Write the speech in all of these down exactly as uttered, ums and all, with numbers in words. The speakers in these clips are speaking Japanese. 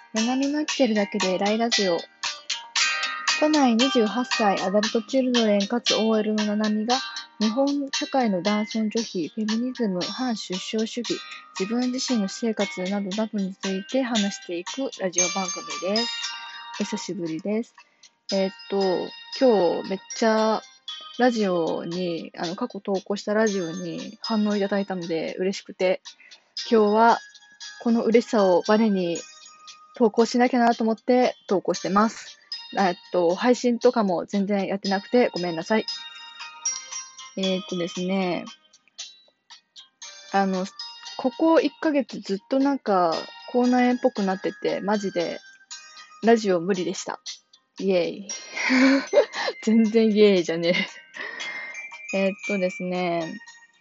ななみの生きてるだけで偉いラジオ。都内にじゅうはっさいアダルトチルドレンかつ オーエル のななみが日本社会の男尊女卑、フェミニズム、反出生主義、自分自身の私生活などなどについて話していくラジオ番組です。お久しぶりです。えーっと、今日めっちゃラジオに、あの過去投稿したラジオに反応いただいたので嬉しくて、今日はこの嬉しさをバネに投稿しなきゃなと思って投稿してます。えっと、配信とかも全然やってなくてごめんなさい。えーっとですね、あの、ここいっかげつずっとなんか口内炎っぽくなってて、マジでラジオ無理でした。イエーイ。全然イエーイじゃねえ。えーっとですね、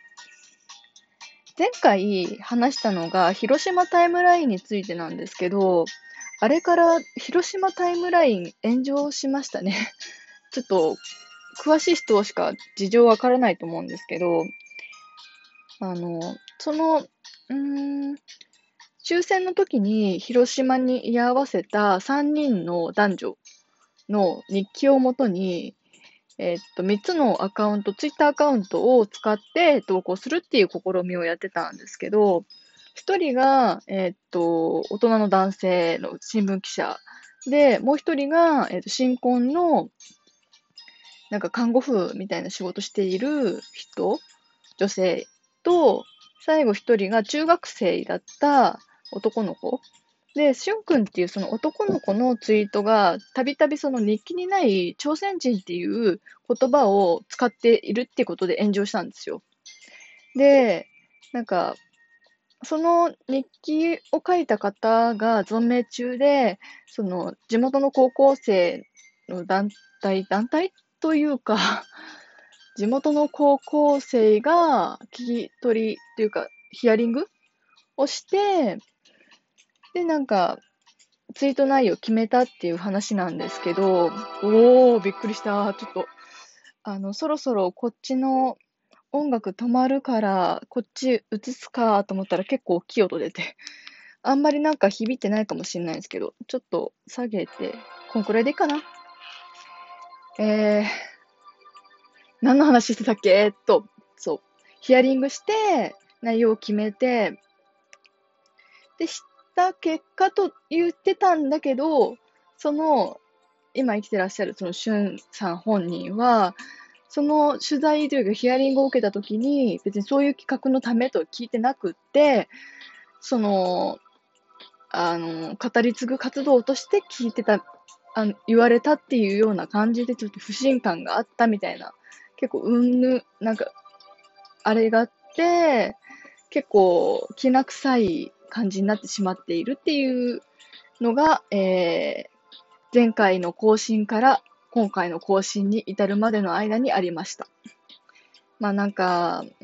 前回話したのが広島タイムラインについてなんですけど、あれから広島タイムライン炎上しましたね。ちょっと詳しい人しか事情わからないと思うんですけど、あの、その、うーん、終戦の時に広島に居合わせたさんにんの男女の日記をもとに、えーっと、みっつのアカウント、ツイッターアカウントを使って投稿するっていう試みをやってたんですけど、一人が、えーっと、大人の男性の新聞記者で、もう一人が、えーっと、新婚のなんか看護婦みたいな仕事している人、女性と、最後一人が中学生だった男の子。で、しゅんくんっていうその男の子のツイートが、たびたびその日記にない朝鮮人っていう言葉を使っているっていうことで炎上したんですよ。で、なんか、その日記を書いた方が存命中で、その地元の高校生の団体、団体というか、地元の高校生が聞き取りというか、ヒアリングをして、で、なんか、ツイート内容を決めたっていう話なんですけど、おー、びっくりした。ちょっと、あの、そろそろこっちの音楽止まるから、こっち映すかと思ったら結構大きい音出て、あんまりなんか響いてないかもしれないですけど、ちょっと下げて、こんくらいでいいかな。えー、何の話してたっけえーっと、そう。ヒアリングして、内容を決めて、で、した結果と言ってたんだけど、その、今生きてらっしゃるそのしゅんさん本人は、その取材というかヒアリングを受けたときに、別にそういう企画のためと聞いてなくって、その、あの、語り継ぐ活動として聞いてた、あの言われたっていうような感じでちょっと不信感があったみたいな、結構うんぬ、なんか、あれがあって、結構きな臭い感じになってしまっているっていうのが、えー前回の更新から今回の更新に至るまでの間にありました。まあなんか、うん、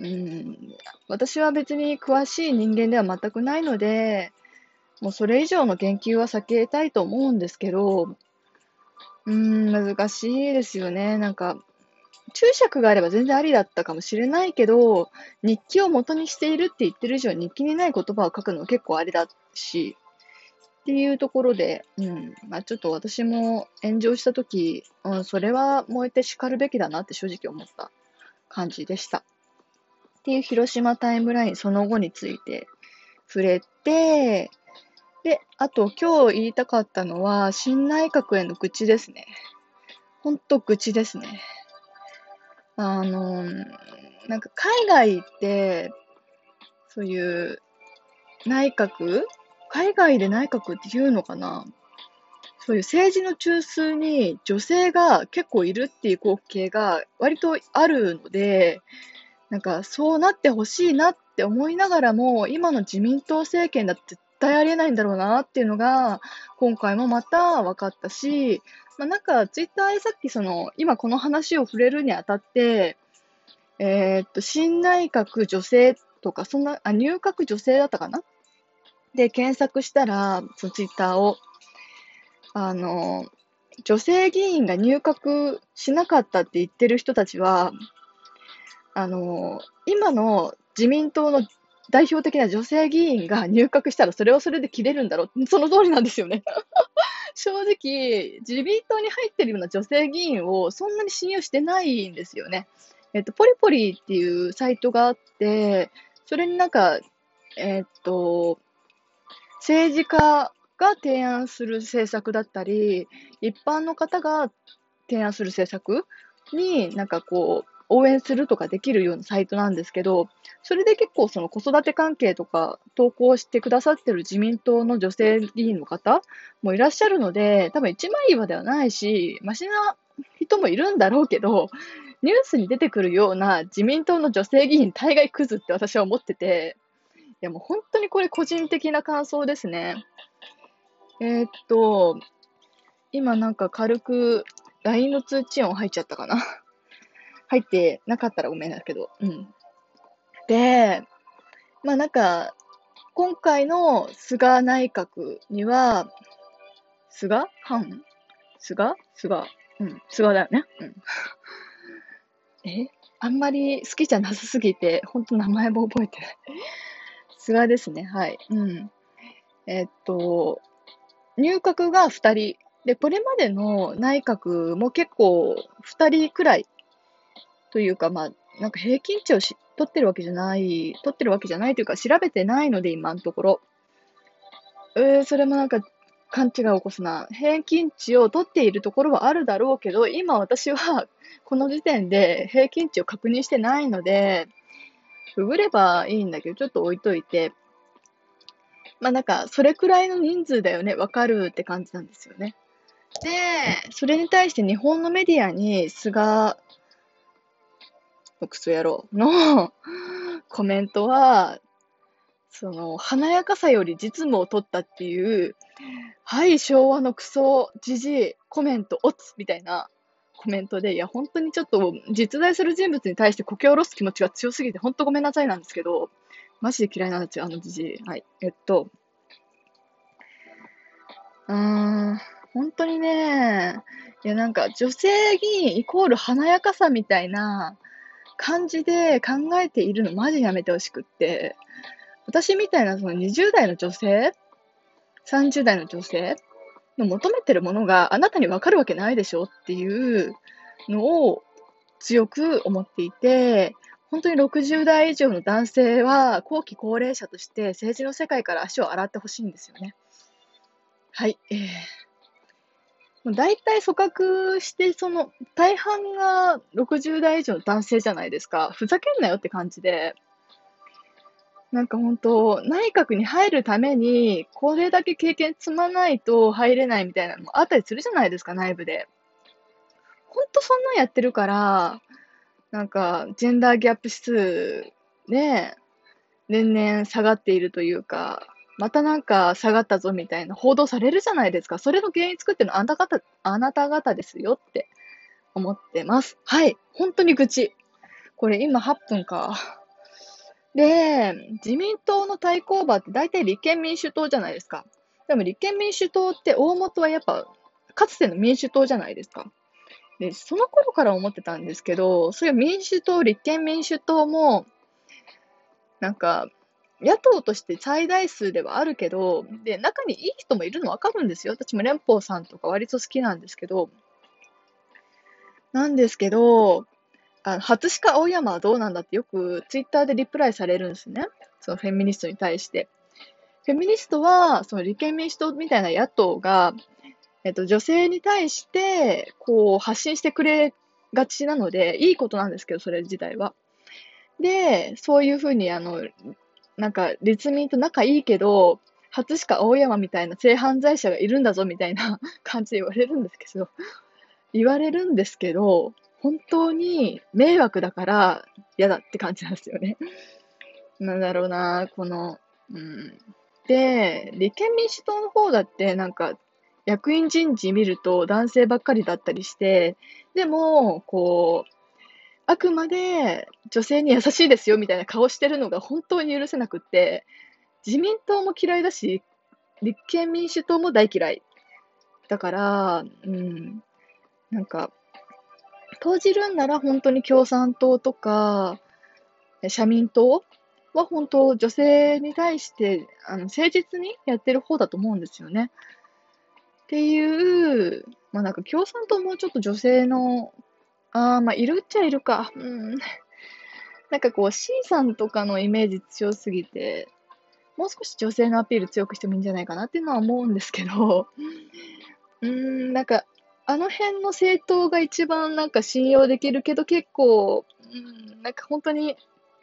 私は別に詳しい人間では全くないので、もうそれ以上の言及は避けたいと思うんですけど、うーん、難しいですよね。なんか、注釈があれば全然ありだったかもしれないけど、日記を元にしているって言ってる以上、日記にない言葉を書くのは結構あれだし、っていうところで、うん、まあちょっと私も炎上したとき、うん、それは燃えて叱るべきだなって正直思った感じでした。っていう広島タイムラインその後について触れて、で、あと今日言いたかったのは、新内閣への愚痴ですね。ほんと愚痴ですね。あの、なんか海外って、そういう内閣海外で内閣って言うのかな、そういう政治の中枢に女性が結構いるっていう光景が割とあるので、なんかそうなってほしいなって思いながらも、今の自民党政権だって絶対ありえないんだろうなっていうのが、今回もまた分かったし、まあ、なんかツイッターでさっきその、今この話を触れるにあたって、えーっと、新内閣女性とか、そんな、あ、入閣女性だったかなで検索したら、そのツイッターを、あの、女性議員が入閣しなかったって言ってる人たちは、あの、今の自民党の代表的な女性議員が入閣したらそれはそれで切れるんだろう。その通りなんですよね。正直、自民党に入ってるような女性議員をそんなに信用してないんですよね。えっと、ポリポリっていうサイトがあって、それになんか、えっと、政治家が提案する政策だったり、一般の方が提案する政策になんかこう、応援するとかできるようなサイトなんですけど、それで結構その子育て関係とか投稿してくださってる自民党の女性議員の方もいらっしゃるので、多分一枚岩ではないし、マシな人もいるんだろうけど、ニュースに出てくるような自民党の女性議員大概クズって私は思ってて、いやもう本当にこれ個人的な感想ですね。えーっと、今なんか軽く ライン の通知音入っちゃったかな。入ってなかったらごめんだけど。うん。で、まあなんか、今回の菅内閣には、菅藩菅菅うん、菅だよね。うん。えあんまり好きじゃなさすぎて、ほんと名前も覚えてない。菅ですね。はい。うん。えっと、入閣がふたり。で、これまでの内閣も結構ふたりくらいというか、まあ、なんか平均値をし取ってるわけじゃない、取ってるわけじゃないというか、調べてないので、今のところ。えー、それもなんか勘違いを起こすな。平均値を取っているところはあるだろうけど、今私はこの時点で平均値を確認してないので、ググればいいんだけど、ちょっと置いといて、まあなんか、それくらいの人数だよね、わかるって感じなんですよね。で、それに対して日本のメディアに菅クソ野郎のコメントは、その、華やかさより実務を取ったっていう、はい、昭和のクソじじい、コメント、オツみたいなコメントで、いや、本当にちょっと実在する人物に対してこけ下ろす気持ちが強すぎて、本当ごめんなさいなんですけど、マジで嫌いなんですよ、あのじじい。はい。えっと、うーん、本当にね、いや、なんか女性議員イコール華やかさみたいな感じで考えているのマジやめてほしくって、私みたいなそのにじゅう代の女性、さんじゅう代の女性の求めてるものがあなたにわかるわけないでしょっていうのを強く思っていて、本当にろくじゅう代以上の男性は後期高齢者として政治の世界から足を洗ってほしいんですよね。はい。えーもう大体組閣して、その大半がろくじゅう代以上の男性じゃないですか。ふざけんなよって感じで。なんか本当、内閣に入るために、これだけ経験積まないと入れないみたいなのもあったりするじゃないですか、内部で。本当そんなんやってるから、なんか、ジェンダーギャップ指数、ね、年々下がっているというか、またなんか下がったぞみたいな報道されるじゃないですか。それの原因作ってるのあなた方、あなた方ですよって思ってます。はい。本当に愚痴。これ今はっぷんか。で、自民党の対抗馬って大体立憲民主党じゃないですか。でも立憲民主党って大元はやっぱ、かつての民主党じゃないですか。で、その頃から思ってたんですけど、そういう民主党、立憲民主党も、なんか、野党として最大数ではあるけど、で、中にいい人もいるのわかるんですよ。私も連邦さんとか割と好きなんですけど、なんですけど、あの、初鹿青山はどうなんだってよくツイッターでリプライされるんですね。そのフェミニストに対して。フェミニストは、その立憲民主党みたいな野党が、えっと、女性に対して、こう、発信してくれがちなので、いいことなんですけど、それ自体は。で、そういうふうに、あの、なんか、立民と仲いいけど、初しか青山みたいな性犯罪者がいるんだぞみたいな感じで言われるんですけど、言われるんですけど、本当に迷惑だから嫌だって感じなんですよね。なんだろうな、この、うん。で、立憲民主党の方だってなんか、役員人事見ると男性ばっかりだったりして、でも、こう、あくまで女性に優しいですよみたいな顔してるのが本当に許せなくって、自民党も嫌いだし、立憲民主党も大嫌い。だから、うん、なんか、投じるんなら本当に共産党とか、社民党は本当、女性に対して、あの、誠実にやってる方だと思うんですよね。っていう、まあなんか共産党もちょっと女性の、ああ、まあいるっちゃいるか。うん。なんかこう C さんとかのイメージ強すぎて、もう少し女性のアピール強くしてもいいんじゃないかなっていうのは思うんですけど、うーん、なんか、あの辺の政党が一番なんか信用できるけど結構、うん、なんか本当に、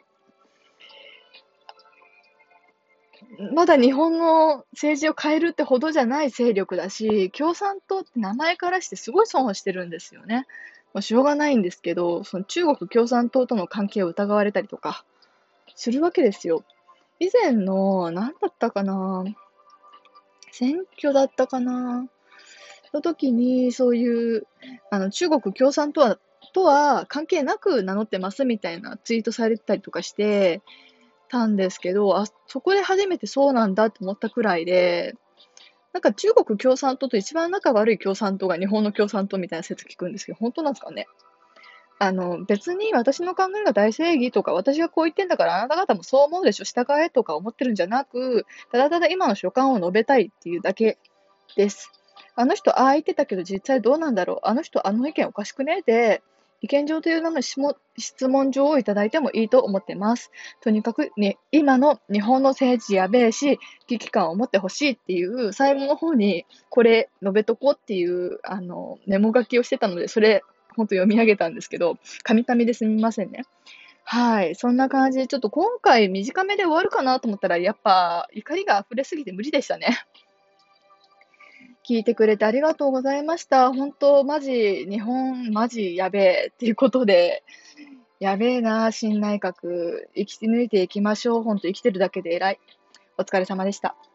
まだ日本の政治を変えるってほどじゃない勢力だし、共産党って名前からしてすごい損をしてるんですよね。まあ、しょうがないんですけど、その中国共産党との関係を疑われたりとかするわけですよ。以前の、何だったかな、選挙だったかなの時に、そういう、あの、中国共産党は、とは関係なく名乗ってますみたいなツイートされてたりとかしてたんですけど、あ、そこで初めてそうなんだと思ったくらいで、なんか中国共産党と一番仲悪い共産党が日本の共産党みたいな説聞くんですけど、本当なんですかね。あの、別に私の考えが大正義とか、私がこう言ってんだからあなた方もそう思うでしょ、従えとか思ってるんじゃなく、ただただ今の所感を述べたいっていうだけです。あの人、ああ言ってたけど実際どうなんだろう。あの人、あの意見おかしくねで、意見上という名の質問状をいただいてもいいと思ってます。とにかく、ね、今の日本の政治やべえし、危機感を持ってほしいっていう、最後の方にこれ述べとこうっていう、あの、メモ書きをしてたので、それ、本当読み上げたんですけど、カミカミですみませんね。はい。そんな感じで、ちょっと今回短めで終わるかなと思ったら、やっぱ怒りが溢れすぎて無理でしたね。聞いてくれてありがとうございました。本当、マジ、日本、マジやべえっていうことで、やべえな、新内閣、生き抜いていきましょう。本当、生きてるだけで偉い。お疲れ様でした。